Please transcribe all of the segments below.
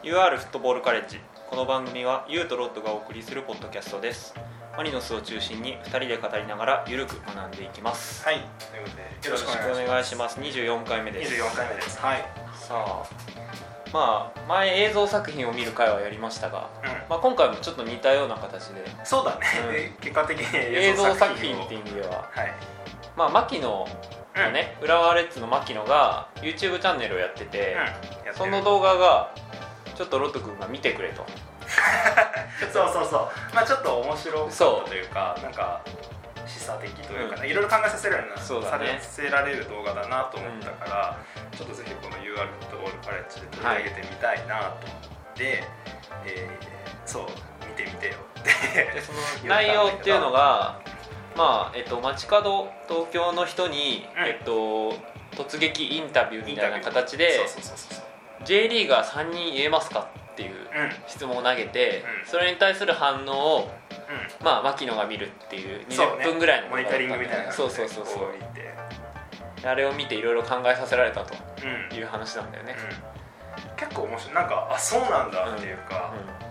UR フットボールカレッジ。この番組はユーとロッドがお送りするポッドキャストです。マリノスを中心に2人で語りながらゆるく学んでいきます。 はい、ということでよろしくお願いします。 24回目です。 24回目です。はい。 さあ、まあ前映像作品を見る回はやりましたが、まあ、今回もちょっと似たような形で、 そうだね、結果的に映像作品っていう意味では、はい、まあ牧野がね、浦和レッズの牧野が YouTube チャンネルをやってて、その動画がちょっとロッド君が見てくれとそうそうそう、まあちょっと面白かったというか、なんか示唆的というかね、いろいろ考えさせられるな、させられる動画だなと思ったから、ちょっとぜひこの UR フットボールカレッジで取り上げてみたいなと思って、そう見てみてよってでその内容っていうのが、まあ街角東京の人に、突撃インタビューみたいな形で J リーガー3人言えますかっていう質問を投げて、それに対する反応を、まあ牧野が見るっていう20分ぐらいのモニタリングみたいな感じでそうあれを見ていろいろ考えさせられたという話なんだよね。 結構面白い。なんかそうなんだっていうか、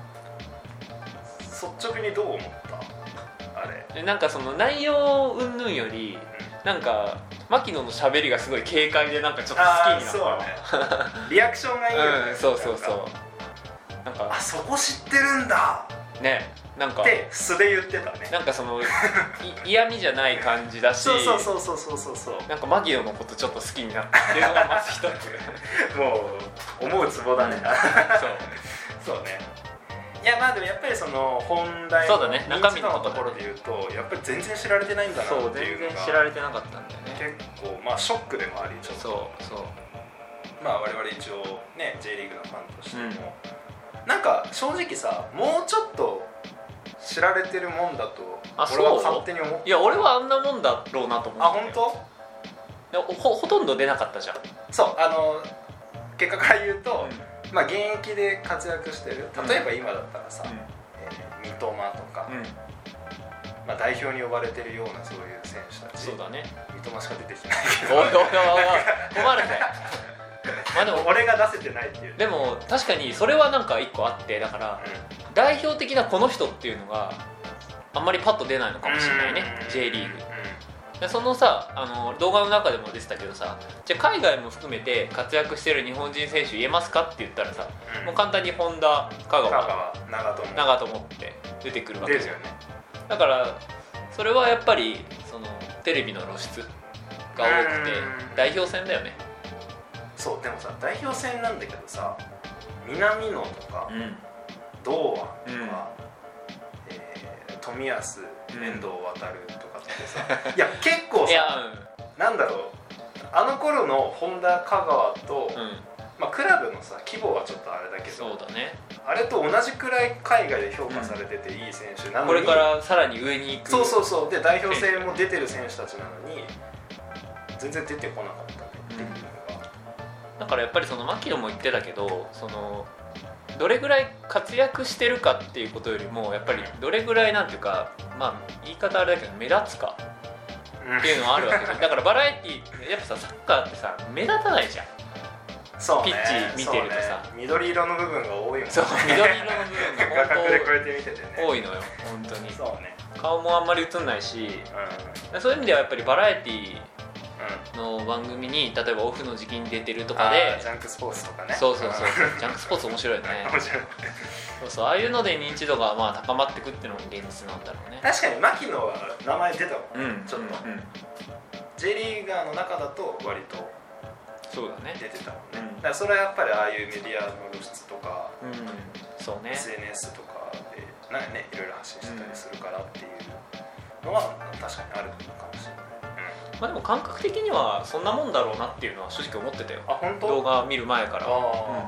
率直にどう思った？あれなんかその内容云々より、なんか牧野の喋りがすごい軽快で、なんかちょっと好きになった。 そうねリアクションがいいよね。 そうなんかそこ知ってるんだね、なんかって素で言ってたね。 なんかその嫌味じゃない感じだし、そうなんか牧野のことちょっと好きになったっていうのがまず一つもう思うツボだね。そうね。いやまあでもやっぱりその本題の認知度のところで言うと、やっぱり全然知られてないんだなっていうのが、 全然知られてなかったんだよね。 結構まあショックでもあり、ちょっとそうまあ我々一応ね J リーグのファンとしても、なんか正直さ、もうちょっと知られてるもんだと俺は勝手に思って。 いや俺はあんなもんだろうなと思って。 本当？ ほとんど出なかったじゃん。 そう結果から言うと、まあ現役で活躍してる、例えば今だったらさ、三笘とか、まあ代表に呼ばれてるようなそういう選手たち。 そうだね。 三笘しか出てきてないけど。 おい困るぜ。まあでも俺が出せてないっていう。 でも確かにそれはなんか一個あって、だから、代表的なこの人っていうのがあんまりパッと出ないのかもしれないね、J リーグ。でそのさ、動画の中でも出てたけどさ、じゃあ海外も含めて活躍してる日本人選手言えますかって言ったらさ、もう簡単に本田、香川、長友って出てくるわけですよね。だからそれはやっぱりそのテレビの露出が多くて代表戦だよね。 そうでもさ、代表戦なんだけどさ、南野とか、堂安とか、冨安、遠藤航とかってさ、いや結構さ、なんだろう、あの頃の本田、香川と、まあ、クラブのさ規模はちょっとあれだけど、 そうだね、 あれと同じくらい海外で評価されてていい選手なのに、 これからさらに上に行く、 そうで代表戦も出てる選手たちなのに全然出てこなかったねっていうのが、 だからやっぱりその牧野も言ってたけど、そのどれぐらい活躍してるかっていうことよりも、やっぱりどれぐらいなんていうか、まあ言い方あれだけど目立つかっていうのはあるわけじゃん。だからバラエティーやっぱさ、サッカーってさ目立たないじゃん。 そうね、 ピッチ見てるとさ、 緑色の部分が多いもんね。 そう、緑色の部分が画角でこうやって見ててね、 多いのよ本当に。 そうね、 顔もあんまり映んないし、そういう意味ではやっぱりバラエティーの番組に例えばオフの時期に出てるとかで、 ジャンクスポーツとかね、 そうジャンクスポーツ面白いよね。 面白い。 そうああいうので認知度がまあ高まってくっていうのが現実なんだろうね。 確かに牧野は名前出たもん、ちょっと、J リーガーの中だと割とそうだね、 出てたもんね。だからそれはやっぱりああいうメディアの露出とか、 そうね、 SNS とかでなんかね、いろいろ発信したりするからっていうのは確かにあるかもしれない。 まあでも感覚的にはそんなもんだろうなっていうのは正直思ってたよ。 本当？ 動画見る前から。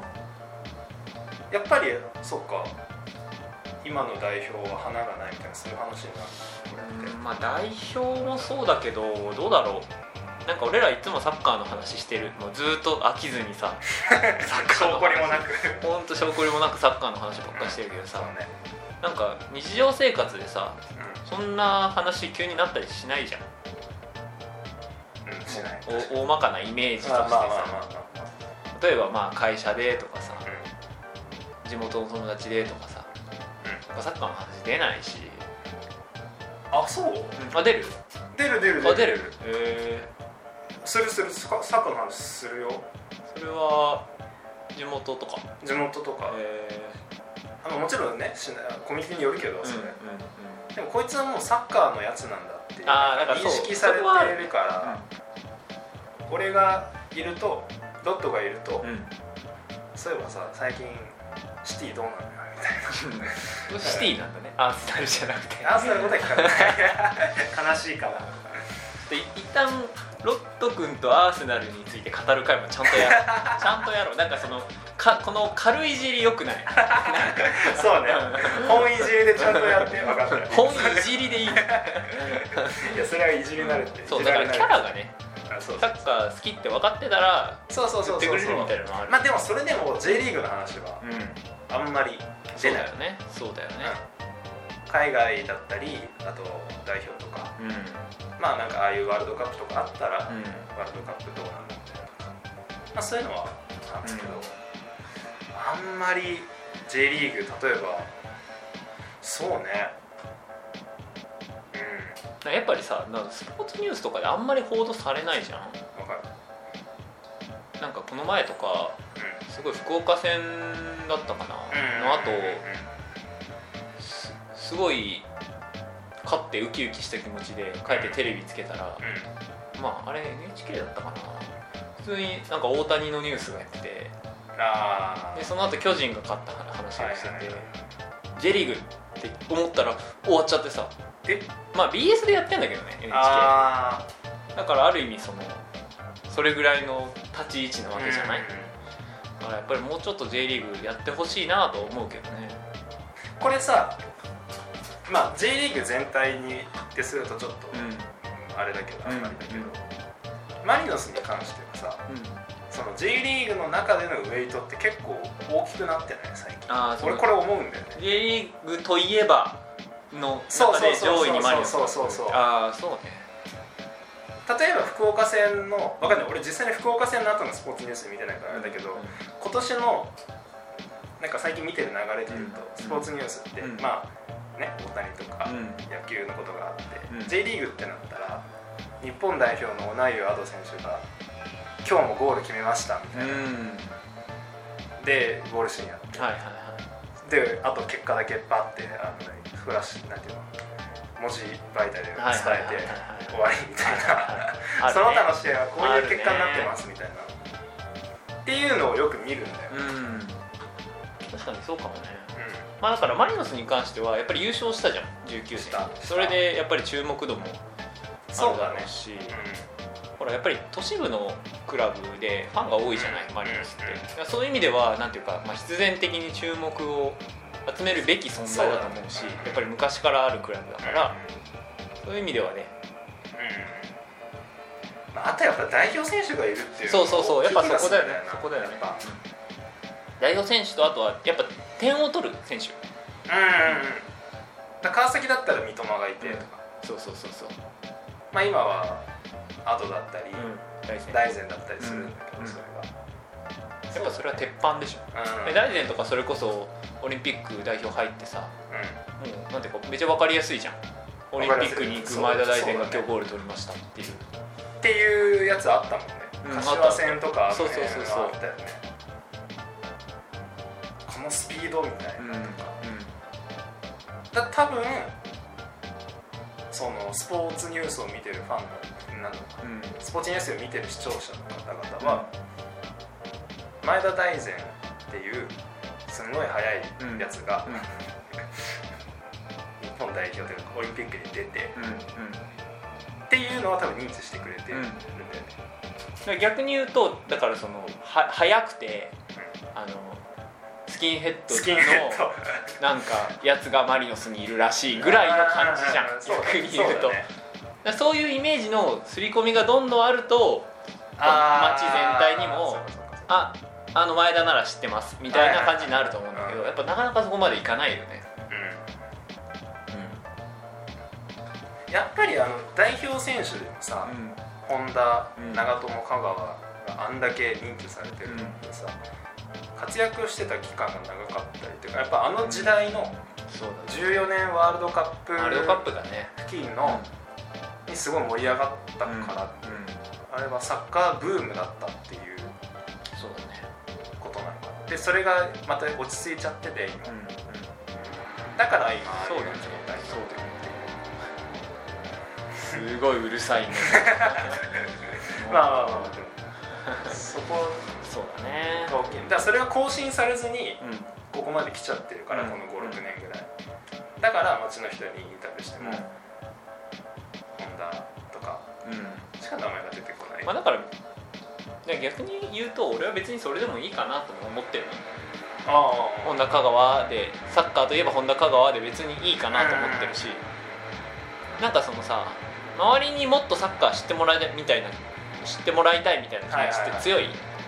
やっぱりそうか、今の代表は花がないみたいな、そういう話になるこれって。 まあ代表もそうだけど、どうだろう。なんか俺らいつもサッカーの話してる、もうずっと飽きずにさ、 サッカーの証拠りもなく、 ほんと証拠りもなくサッカーの話ばっかりしてるけどさ、なんか日常生活でさ、そんな話急になったりしないじゃん。 しない。 大まかなイメージとしてさ、例えばまあ会社でとかさ、 地元の友達でとかさ、サッカーの話出ないし。 あ、そう、 あ、出るあ、出るするサッカーの話するよ。 それは地元とかもちろんねコミュニティによるけどそれ、でもこいつはもうサッカーのやつなんだっていう認識されてるから、俺がいるとドットがいると、そういえばさ最近シティどうなのよみたいなシティなんだね、アーセナルじゃなくて。 アーセナルのことは聞かない悲しいから。 一旦ロット君とアーセナルについて語る回もちゃんとやろうちゃんとやろう。なんかこの軽いじり良くないそうね、本いじりでちゃんとやって分かった。 本いじりでいいいや、 それはいじりになるって、 そうだからキャラがね、サッカー好きって分かってたら言ってくれるみたいなのがある。 まあでもそれでも J リーグの話はあんまり出ないよね。そうだよね、 海外だったりあと代表とか、まあなんかああいうワールドカップとかあったら、ワールドカップどうなんだみたいなとか、まあそういうのはあるんですけど、あんまり J リーグ例えばそうね、 やっぱりさ、スポーツニュースとかであんまり報道されないじゃん。 わかる。 なんかこの前とか、すごい福岡戦だったかな、の後、すごい勝ってウキウキした気持ちで帰ってテレビつけたら、まああれ NHK だったかな、普通になんか大谷のニュースがやってて、でその後巨人が勝った話をしてて、J リーグって思ったら終わっちゃってさ、まあ BS でやってんだけどね NHK だからある意味それぐらいの立ち位置なわけじゃない、だからやっぱりもうちょっと J リーグやってほしいなと思うけどね。 これさ、まあ J リーグ全体にってするとちょっとあれだけど、あんまりだけど、マリノスに関してはさ、その J リーグの中でのウェイトって結構大きくなってない最近。俺これ思うんだよね。 J リーグといえばの中で上位にマリノス。ああそうね。 例えば福岡戦の分かんない、俺実際に福岡戦の後のスポーツニュース見てないからあれだけど、今年のなんか最近見てる流れでいうと、スポーツニュースって、まあね、大谷とか野球のことがあって、J リーグってなったら日本代表のオナイウ・アド選手が今日もゴール決めましたみたいな、でゴールシーンやって、であと結果だけバッてフラッシュなんていうの文字媒体で伝えて終わりみたいな、その他の試合はこういう結果になってますみたいなっていうのをよく見るんだよ。 確かにそうかもね。まあだからマリノスに関してはやっぱり優勝したじゃん19年。それでやっぱり注目度もあるだろうし、ほらやっぱり都市部のクラブでファンが多いじゃないマリノスって。そういう意味ではなんていうか、まあ、必然的に注目を集めるべき存在だと思うし、やっぱり昔からあるクラブだから、そういう意味ではね、 あとやっぱ代表選手がいるっていう、 そうやっぱそこだよね。代表選手とあとはやっぱ点を取る選手。 川崎だったら三笘がいてとか、 そうまあ今はアドだったり、大然だったりするんだけど、それがやっぱそれは鉄板でしょ。大然とかそれこそオリンピック代表入ってさ、もうなんていうかめっちゃ分かりやすいじゃん。オリンピックに行く前田大然が今日ゴール取りましたっていうやつあったもんね。柏戦とかあったよね。このスピードみたいなとか、多分そのスポーツニュースを見てるファンなのか、スポーツニュースを見てる視聴者の方々は、前田大然っていうすごい速いやつが、日本代表でオリンピックに出て、っていうのは多分認知してくれてるんだよね。 逆に言うとだからその速くて、スキンヘッドのなんかやつがマリノスにいるらしいぐらいの感じじゃん。逆に言うとそういうイメージの刷り込みがどんどんあると、街全体にも前田なら知ってますみたいな感じになると思うんだけど、やっぱなかなかそこまでいかないよね。 やっぱり代表選手でもさ、本田、長友、香川があんだけ認知されてるのってさ、 活躍してた期間が長かったりっていうか、やっぱあの時代の14年ワールドカップだね付近のにすごい盛り上がったから、あれはサッカーブームだったっていうことなのかな。でそれがまた落ち着いちゃってて今、だから今ああいう状態になってるっていう。 すごいうるさいねまあそこそうだね。 が大きい。だからそれが更新されずにここまで来ちゃってるから、この 5,6 年ぐらいだから街の人にインタビューしても、ホンダとかしか名前が出てこない。 まあだから逆に言うと俺は別にそれでもいいかなと思ってるの。本田香川でサッカーといえば本田香川で別にいいかなと思ってるし、なんかそのさ周りにもっとサッカー知ってもらいたいみたいな気持ちって強い？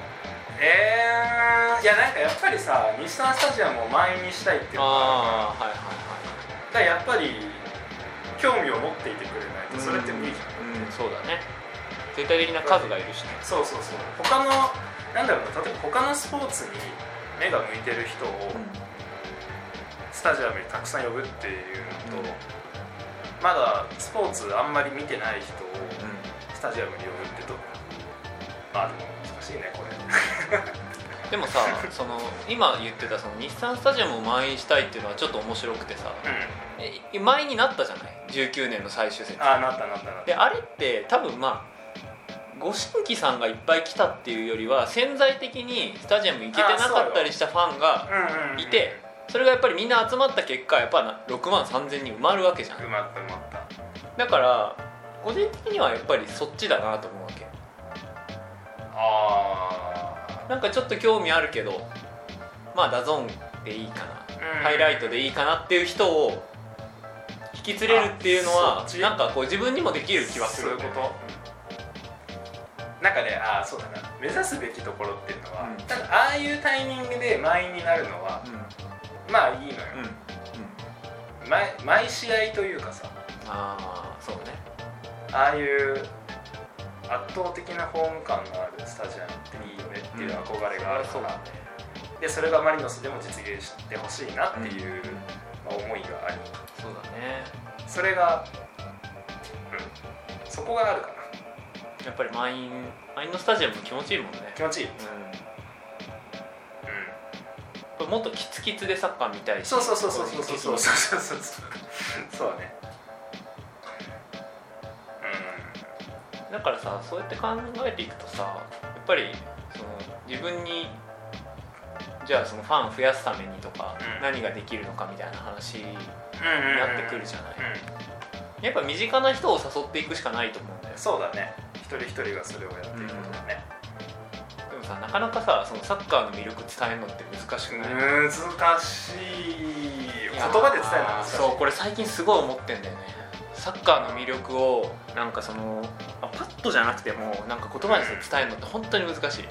いやなんかやっぱりさ日産スタジアムを満員にしたいっていうのがあるから、やっぱり興味を持っていてくれないとそれって無理じゃん。 そうだね。絶対的な数がいるしね。 そう他のなんだろうな、例えば他のスポーツに目が向いてる人をスタジアムにたくさん呼ぶっていうのと、まだスポーツあんまり見てない人をスタジアムに呼ぶってでも難しいねこれでもさその今言ってたその日産スタジアムを満員したいっていうのはちょっと面白くてさ、満員になったじゃない19年の最終節。 なったであれって多分ご新規さんがいっぱい来たっていうよりは潜在的にスタジアム行けてなかったりしたファンがいて、それがやっぱりみんな集まった結果やっぱ6万3000人埋まるわけじゃん。 埋まっただから個人的にはやっぱりそっちだなと思うわけ。なんかちょっと興味あるけどダゾーンでいいかな、ハイライトでいいかなっていう人を引き連れるっていうのはなんかこう自分にもできる気はする。 そういうことなんかね、そうだな、目指すべきところっていうのは、ただああいうタイミングで満員になるのは、まあいいのよ、毎試合というかさ、 そうね、 ああいう圧倒的なホーム感のあるスタジアムっていいよねっていう憧れがあるから、でそれがマリノスでも実現してほしいなっていう、思いがあり、 そうだね、 それが、そこがあるかな。 やっぱり満員のスタジアム気持ちいいもんね。 気持ちいい。 これもっとキツキツでサッカー見たいし。 そうね。 だからさ、そうやって考えていくとさ、やっぱりその自分にじゃあそのファン増やすためにとか、何ができるのかみたいな話になってくるじゃない。やっぱ身近な人を誘っていくしかないと思うんだよ。 そうだね。一人一人がそれをやっていくことだね。 でもさ、なかなかさ、そのサッカーの魅力伝えるのって難しくない？ 難しい。言葉で伝えるの難しい。 そう、これ最近すごい思ってんだよね。サッカーの魅力をなんかそのパッとじゃなくてもなんか言葉で伝えるのって本当に難しい。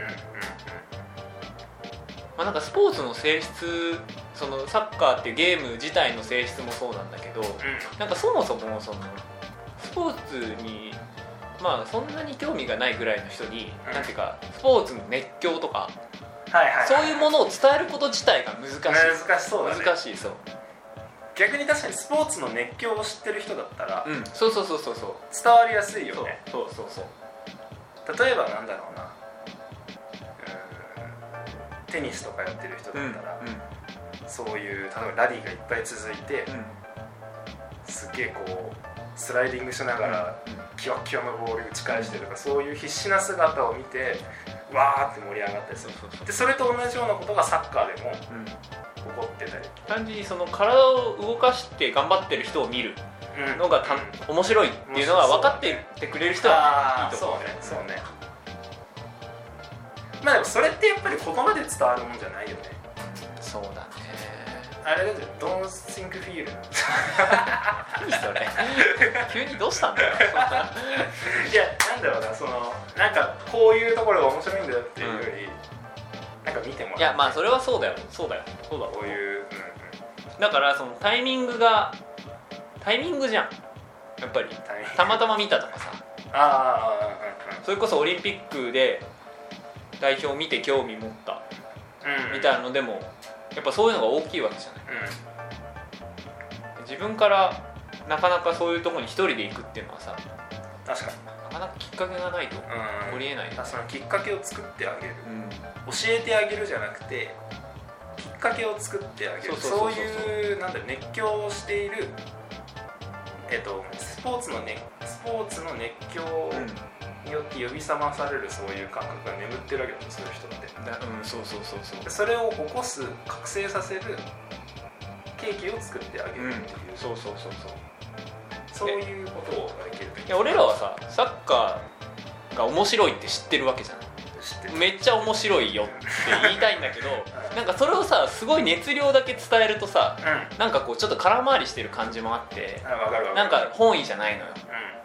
なんかスポーツの性質、そのサッカーっていうゲーム自体の性質もそうなんだけど、なんかそもそもそのスポーツにそんなに興味がないぐらいの人に、なんていうかスポーツの熱狂とか、そういうものを伝えること自体が難しい。 難しそうだね。 難しい。そう。 逆に確かにスポーツの熱狂を知ってる人だったら、 そう伝わりやすいよね。 そう例えばなんだろうな、テニスとかやってる人だったら、そういう例えばラリーがいっぱい続いて、すげえこうスライディングしながらキワキワのボール打ち返してとか、そういう必死な姿を見てわーって盛り上がったりする。でそれと同じようなことがサッカーでも起こってたり、 単純にその体を動かして頑張ってる人を見るのが面白いっていうのは分かっててくれる人はいいと思う。 そうね。でもそれってやっぱり言葉で伝わるもんじゃないよね。 そうだね。 あれだよ、Don't think feel 何それ急にどうしたんだよいや、なんだろうな、そのなんかこういうところが面白いんだよっていうより、なんか見てもらう。 いやそうれはそうだよこういう、だからそのタイミングじゃんやっぱり。たまたま見たとかさ、 それこそオリンピックで代表見て興味持ったみたいなのでもやっぱそういうのが大きいわけじゃない、自分からなかなかそういうところに一人で行くっていうのはさ、 確かになかなかきっかけがないと起こりえない、 そのきっかけを作ってあげる、教えてあげるじゃなくてきっかけを作ってあげる、そういうなんだ熱狂をしている、スポーツの熱狂によって呼び覚まされるそういう感覚が眠ってるわけだよ、そういう人って。それを起こす覚醒させる契機を作ってあげるっていう、そういうことをできる。 いや俺らはさサッカーが面白いって知ってるわけじゃない。めっちゃ面白いよって言いたいんだけどなんかそれをさすごい熱量だけ伝えるとさ、なんかこうちょっと空回りしてる感じもあって、なんか本意じゃないのよ、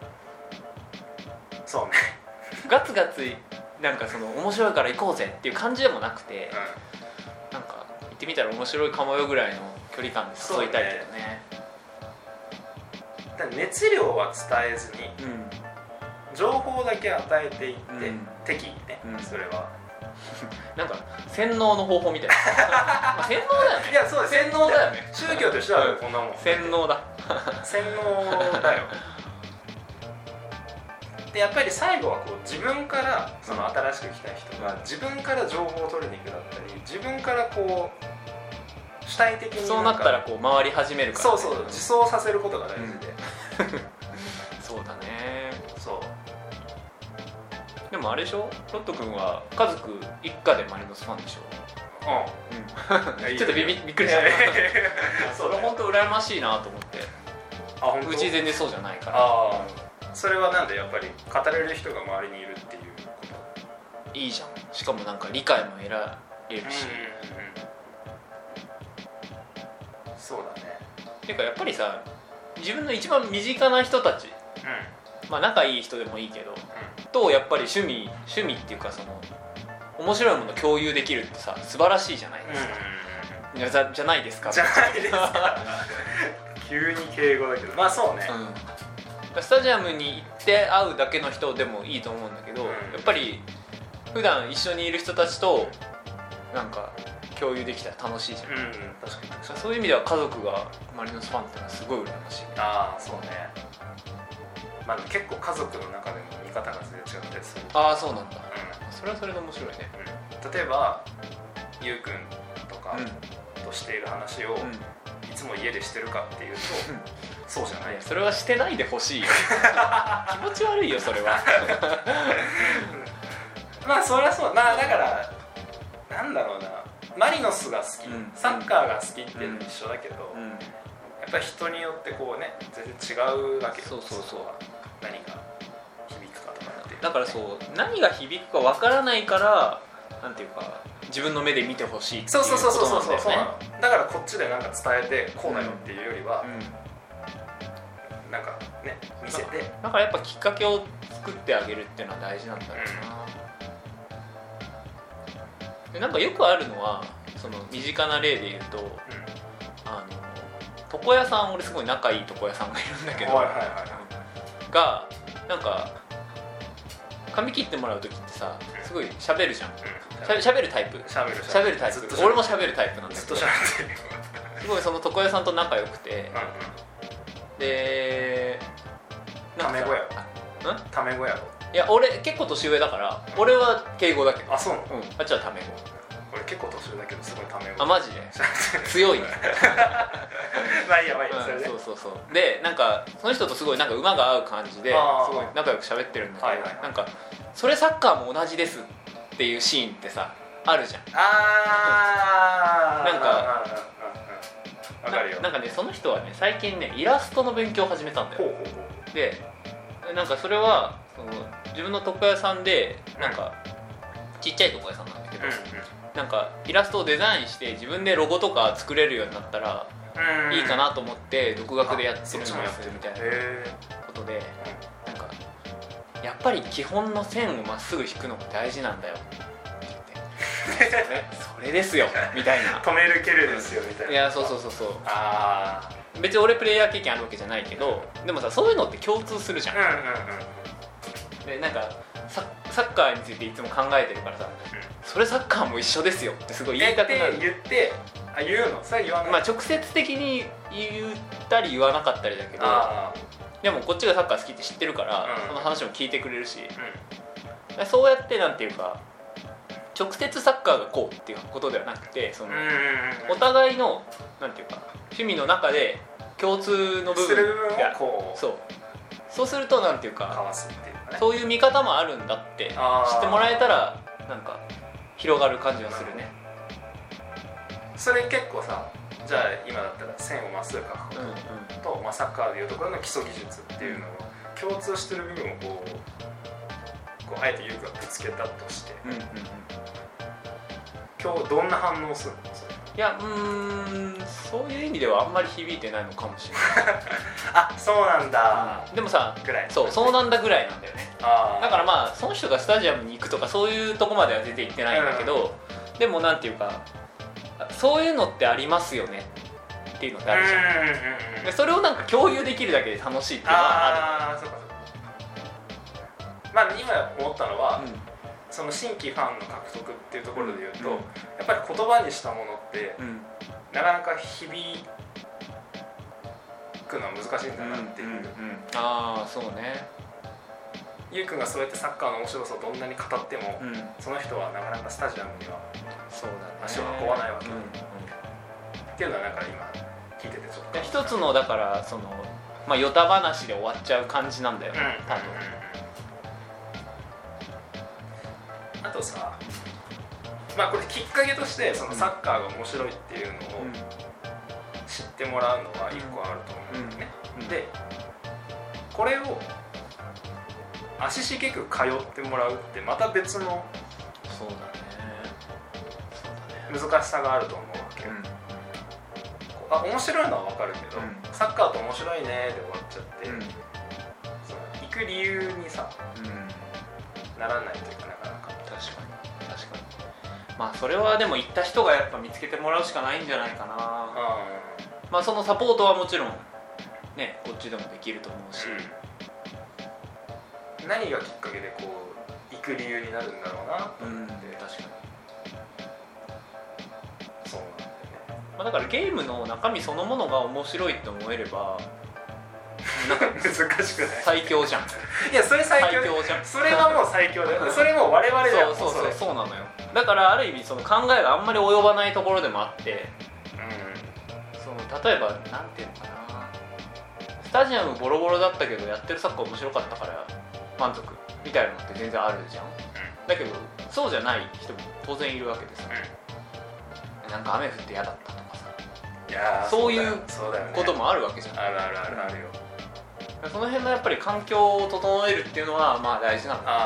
そうねガツガツなんかその面白いから行こうぜっていう感じでもなくて、なんか行ってみたら面白いかもよぐらいの距離感で誘いたいけどね。 だから熱量は伝えずに、情報だけ与えていって、適宜ね、それはなんか洗脳の方法みたいな洗脳だよね。 いやそうです、洗脳だよね。宗教としてはこんなもん洗脳だ洗脳だよでやっぱり最後はこう自分からその新しく来た人が自分から情報を取りに行くだったり、自分からこう主体的にそうなったらこう回り始めるから、ね、 そう自走させることが大事で、 そうだね。 そうでもあれでしょ、ロット君は家族一家でマリノスファンでしょ。ちょっとびっくりしたそれ本当羨ましいなと思って。うち全然そうじゃないから。 それはなんでやっぱり語れる人が周りにいるっていうこといいじゃん。しかもなんか理解も得られるし、 そうだね。 ていうかやっぱりさ、自分の一番身近な人たち、まあ仲いい人でもいいけど、とやっぱり趣味っていうかその面白いもの共有できるってさ素晴らしいじゃないですか。じゃないですか。 じゃないですか。急に敬語だけど、まあそうね。 スタジアムに行って会うだけの人でもいいと思うんだけど、やっぱり普段一緒にいる人たちとなんか共有できたら楽しいじゃん。 確かに。 そういう意味では家族がマリノスファンってのはすごい羨ましい。 そうね。まあ結構家族の中でも見方が全然違ったりする。 そうなんだ。それはそれで面白いね。 例えばゆうくんとかとしている話をいつも家でしてるかっていうと、そうじゃない。 それはしてないでほしいよ気持ち悪いよそれはまあそりゃそう。まあだからなんだろうな、マリノスが好き、サッカーが好きっていうのも一緒だけど、やっぱり人によってこうね全然違うわけよ。 そう何が響くかとかっていう。 だからそう何が響くかわからないからなんていうか自分の目で見てほしいっていうことなんだよね。 だからこっちでなんか伝えてこうだよっていうよりは、なんかね見せて、 だからやっぱきっかけを作ってあげるっていうのは大事なんだろうな。でなんかよくあるのはその身近な例で言うと、床屋さん、俺すごい仲いい床屋さんがいるんだけど、がなんか髪切ってもらう時ってさすごい喋るじゃん。喋るタイプ。俺も喋るタイプなんだけど、すごいその床屋さんと仲良くて、でタメ語やろ。タメ語やろ。 いや俺結構年上だから俺は敬語だけど、 そうなの。 あっちはタメ語。 俺結構年上だけどすごいタメ語。 マジで強いねまあいいやそれで。 そうでなんかその人とすごいなんか馬が合う感じですごい仲良く喋ってるんだけど、なんかそれサッカーも同じですっていうシーンってさあるじゃん。なんかわかるよ。 なんかねその人はね最近ねイラストの勉強を始めたんだよ。でなんかそれはその自分の床屋さんでなんかちっちゃい床屋さんなんだけど、なんかイラストをデザインして自分でロゴとか作れるようになったらいいかなと思って独学でやってるんですみたいなことで、なんかやっぱり基本の線をまっすぐ引くのが大事なんだよって言ってそれですよみたいな止める蹴るですよみたいな。 いやそう別に俺プレイヤー経験あるわけじゃないけど、でもさそういうのって共通するじゃん。でなんかサッカーについていつも考えてるからさ、それサッカーも一緒ですよってすごい言いたくなる。 言うの？それ言わない？ まあ直接的に言ったり言わなかったりだけど、でもこっちがサッカー好きって知ってるから、その話も聞いてくれるし、そうやってなんていうか直接サッカーがこうっていうことではなくて、そのお互いのなんていうか趣味の中で共通の部分がそうするとなんていうか交わすっていうかね、 そういう見方もあるんだって知ってもらえたらなんか広がる感じはするね。 それ結構さ、じゃあ今だったら線をまっすぐ描くことと、サッカーでいうところの基礎技術っていうのを共通してる部分をこうあえてユウがぶつけたとして、今日どんな反応するの？それいやそういう意味ではあんまり響いてないのかもしれないあ、そうなんだ、 でもさぐらいそうなんだぐらいなんだよね。だからまあその人がスタジアムに行くとかそういうとこまでは全然行ってないんだけど、でもなんていうかそういうのってありますよねっていうのってあるじゃん。でそれをなんか共有できるだけで楽しいっていうのはある。 そうかまあ今思ったのは、その新規ファンの獲得っていうところで言うと、やっぱり言葉にしたものって、なかなか響くのは難しいんだなっていう。 ああそうね。 ゆうくんがそうやってサッカーの面白さをどんなに語っても、その人はなかなかスタジアムには足を運ばないわけ、っていうのはなんか今聞いててちょっと一つのだからそのヨタ話で終わっちゃう感じなんだよね、多分。 あとさ、これきっかけとしてそのサッカーが面白いっていうのを知ってもらうのは一個あると思うんだよね。でこれを足しげく通ってもらうってまた別の難しさがあると思うわけよ。面白いのは分かるけど、サッカーって面白いねで終わっちゃって、その行く理由にさ、ならないというか、なかなか。 確かにまあそれはでも行った人がやっぱ見つけてもらうしかないんじゃないかな。そのサポートはもちろんねこっちでもできると思うし、 何がきっかけでこう行く理由になるんだろうなと思って。 確かにそうなんだよね。 だからゲームの中身そのものが面白いって思えればなんか難しくない？ 最強じゃん。 いやそれ最強じゃん。それはもう最強だよ。それもう我々じゃん。 そうなのよ。だからある意味その考えがあんまり及ばないところでもあって、その例えばなんていうのかな、スタジアムボロボロだったけどやってるサッカー面白かったから満足みたいなのって全然あるじゃん。だけどそうじゃない人も当然いるわけでさ、なんか雨降って嫌だったとかさ、 いやそういうこともあるわけじゃん。 あるよ。 その辺のやっぱり環境を整えるっていうのは大事なのか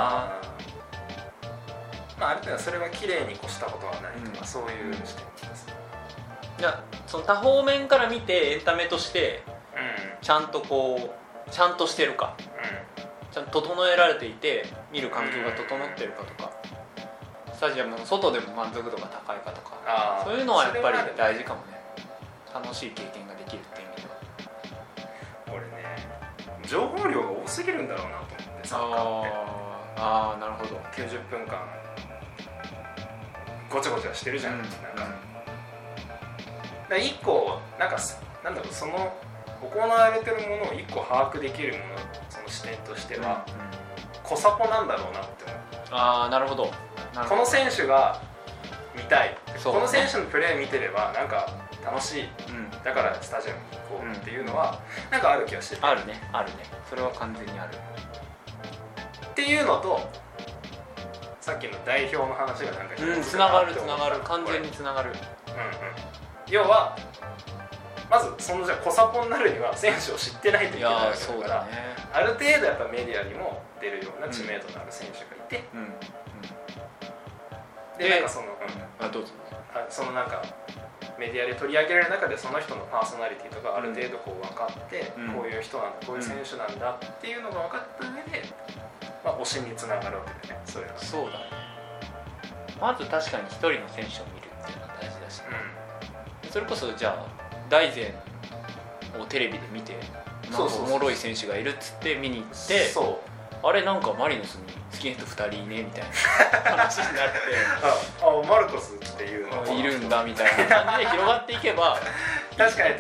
な。ある程度それは綺麗に越したことはないとか、そういう視点です。 いやその多方面から見てエンタメとしてちゃんとちゃんとしてるか、ちゃんと整えられていて見る環境が整ってるかとか、スタジアムの外でも満足度が高いかとか、そういうのはやっぱり大事かもね。楽しい経験ができるっていう意味では。 俺ね、情報量が多すぎるんだろうなと思って、サッカーって。 なるほど。 90分間ごちゃごちゃしてるじゃん。なんか一個なんだろう、その行われてるものを一個把握できるもの、その視点としては、小サポなんだろうなって思う。 なるほど。 この選手が見たい、この選手のプレー見てればなんか楽しい、だからスタジアムに行こうっていうのはなんかある気がしてて。 あるね。それは完全にあるっていうのと、さっきの代表の話がなんかつながる完全につながる。 要はまずそのじゃあ小サポになるには選手を知ってないといけないわけだから、ある程度やっぱメディアにも出るような知名度のある選手がいて、でなんかそのそのなんかメディアで取り上げられる中でその人のパーソナリティとかある程度分かって、こういう人なんだ、こういう選手なんだっていうのが分かった上で、推しにつながるわけでね。それはそうだね。まず確かに一人の選手を見るっていうのは大事だし、それこそじゃあ大然をテレビで見てなんかおもろい選手がいるっつって見に行って、 あれなんかマリノスにスキンヘッド2人いねみたいな話になってマルコスっていうのいるんだみたいな感じで広がっていけば確かに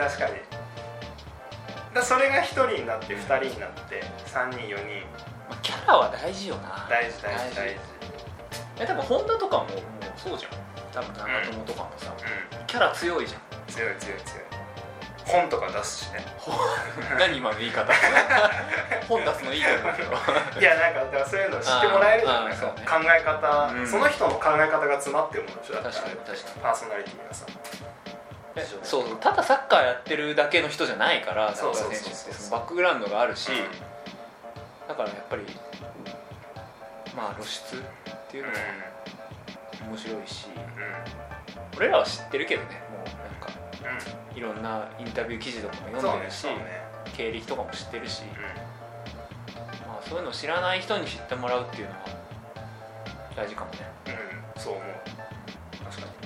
それが1人になって2人になって3人4人、 キャラは大事よな。 大事多分ホンダとかもうそうじゃん。多分長友とかもさ、キャラ強いじゃん。 強い本とか出すしね何今の言い方本出すのいいと思うけどいやなんかだからそういうの知ってもらえるじゃん、なんか考え方、その人の考え方が詰まってるものでしょ。だって確かにパーソナリティがさそうただサッカーやってるだけの人じゃないからサッカー選手ってそのバックグラウンドがあるし、だからやっぱりまあ露出っていうのは面白いし、俺らは知ってるけどね、もうなんかいろんなインタビュー記事とかも読んでるし、経歴とかも知ってるし、まあそういうのを知らない人に知ってもらうっていうのは大事かもね。 そう思う。確かに。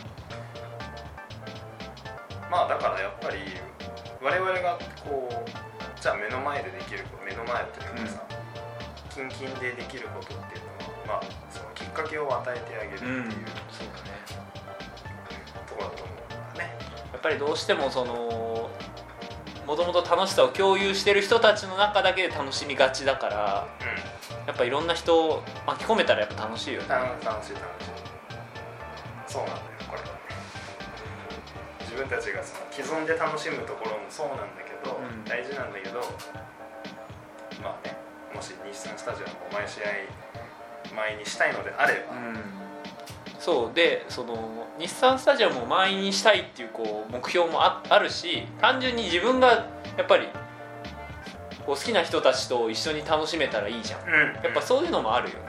まあだからやっぱり我々がこうじゃあ目の前でできること、目の前というかさ、近々でできることっていうのは、まあそのきっかけを与えてあげるっていう、 そうだね、 ところだと思うからね。 やっぱりどうしてもそのもともと楽しさを共有してる人たちの中だけで楽しみがちだから、やっぱいろんな人を巻き込めたらやっぱ楽しいよね。 楽しい。そうなんだよこれ。自分たちがその既存で楽しむところもそうなんだけど、大事なんだけど、まあね、もし日産スタジアムを毎試合前にしたいのであれば、 そうで、その日産スタジアムを満員にしたいっていうこう目標も あるし、単純に自分がやっぱりこう好きな人たちと一緒に楽しめたらいいじゃん、やっぱそういうのもあるよね。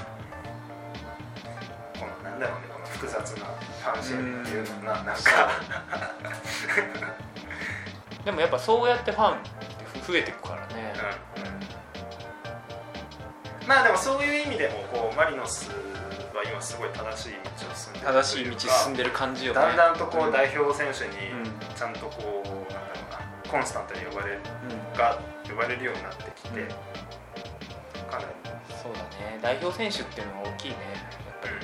このなんだろうね、この複雑なファン心理っていうのがなんかでもやっぱそうやってファンって増えていくからね。 まあでもそういう意味でもこうマリノスは今すごい正しい道を進んでる、 正しい道進んでる感じよね。 だんだんとこう代表選手にちゃんとこうなんだろうな、コンスタントに呼ばれるようになってきて、かなりそうだね、代表選手っていうのは大きいね、やっぱり。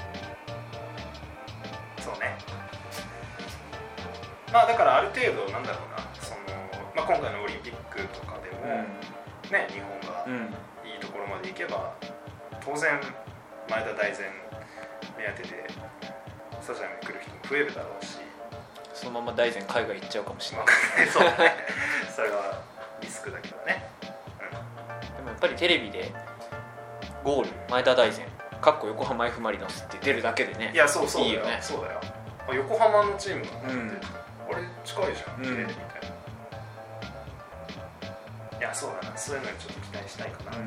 そうね。まあだからある程度なんだろうな、そのまあ今回のオリンピックとかでもね、日本がいいところまで行けば当然前田大然目当てでスタジアムに来る人も増えるだろうし、 そのまま大然海外行っちゃうかもしれないそうねそれはリスクだけどね、 でもやっぱりテレビでゴール前田大然横浜 F ・マリノスって出るだけでね、 いやそうだよ、 いいよね。 そうだよ、横浜のチームなんて、あれ近いじゃん、みたいな、いやそうだな、そういうのにちょっと期待したいかな。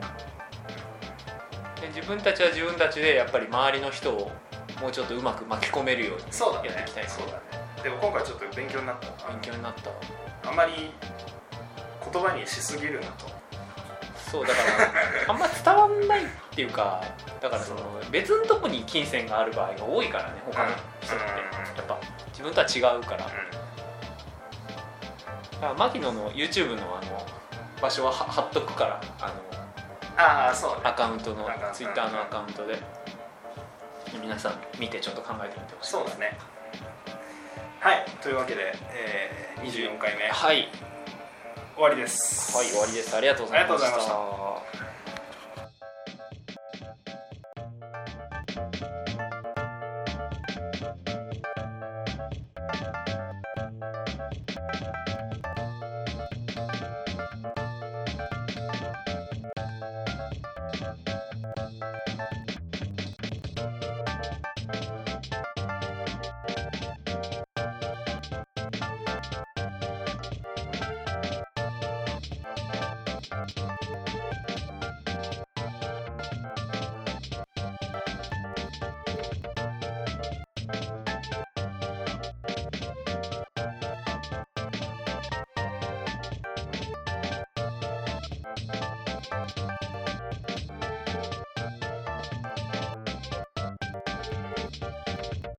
で自分たちは自分たちでやっぱり周りの人をもうちょっとうまく巻き込めるようにやっていきたいですね。 でも今回ちょっと勉強になった。 勉強になった。 あんまり言葉にしすぎるなと。 そうだからあんま伝わんないっていうか、だからその別のとこに金銭がある場合が多いからね、他の人ってやっぱ自分とは違うから。だから牧野の YouTube の場所は貼っとくからそうね、 アカウントの Twitter のアカウントで皆さん見てちょっと考えてみてほしい。 そうだね。はい、というわけで、24回目、 はい、 終わりです。 はい、終わりです。ありがとうございました。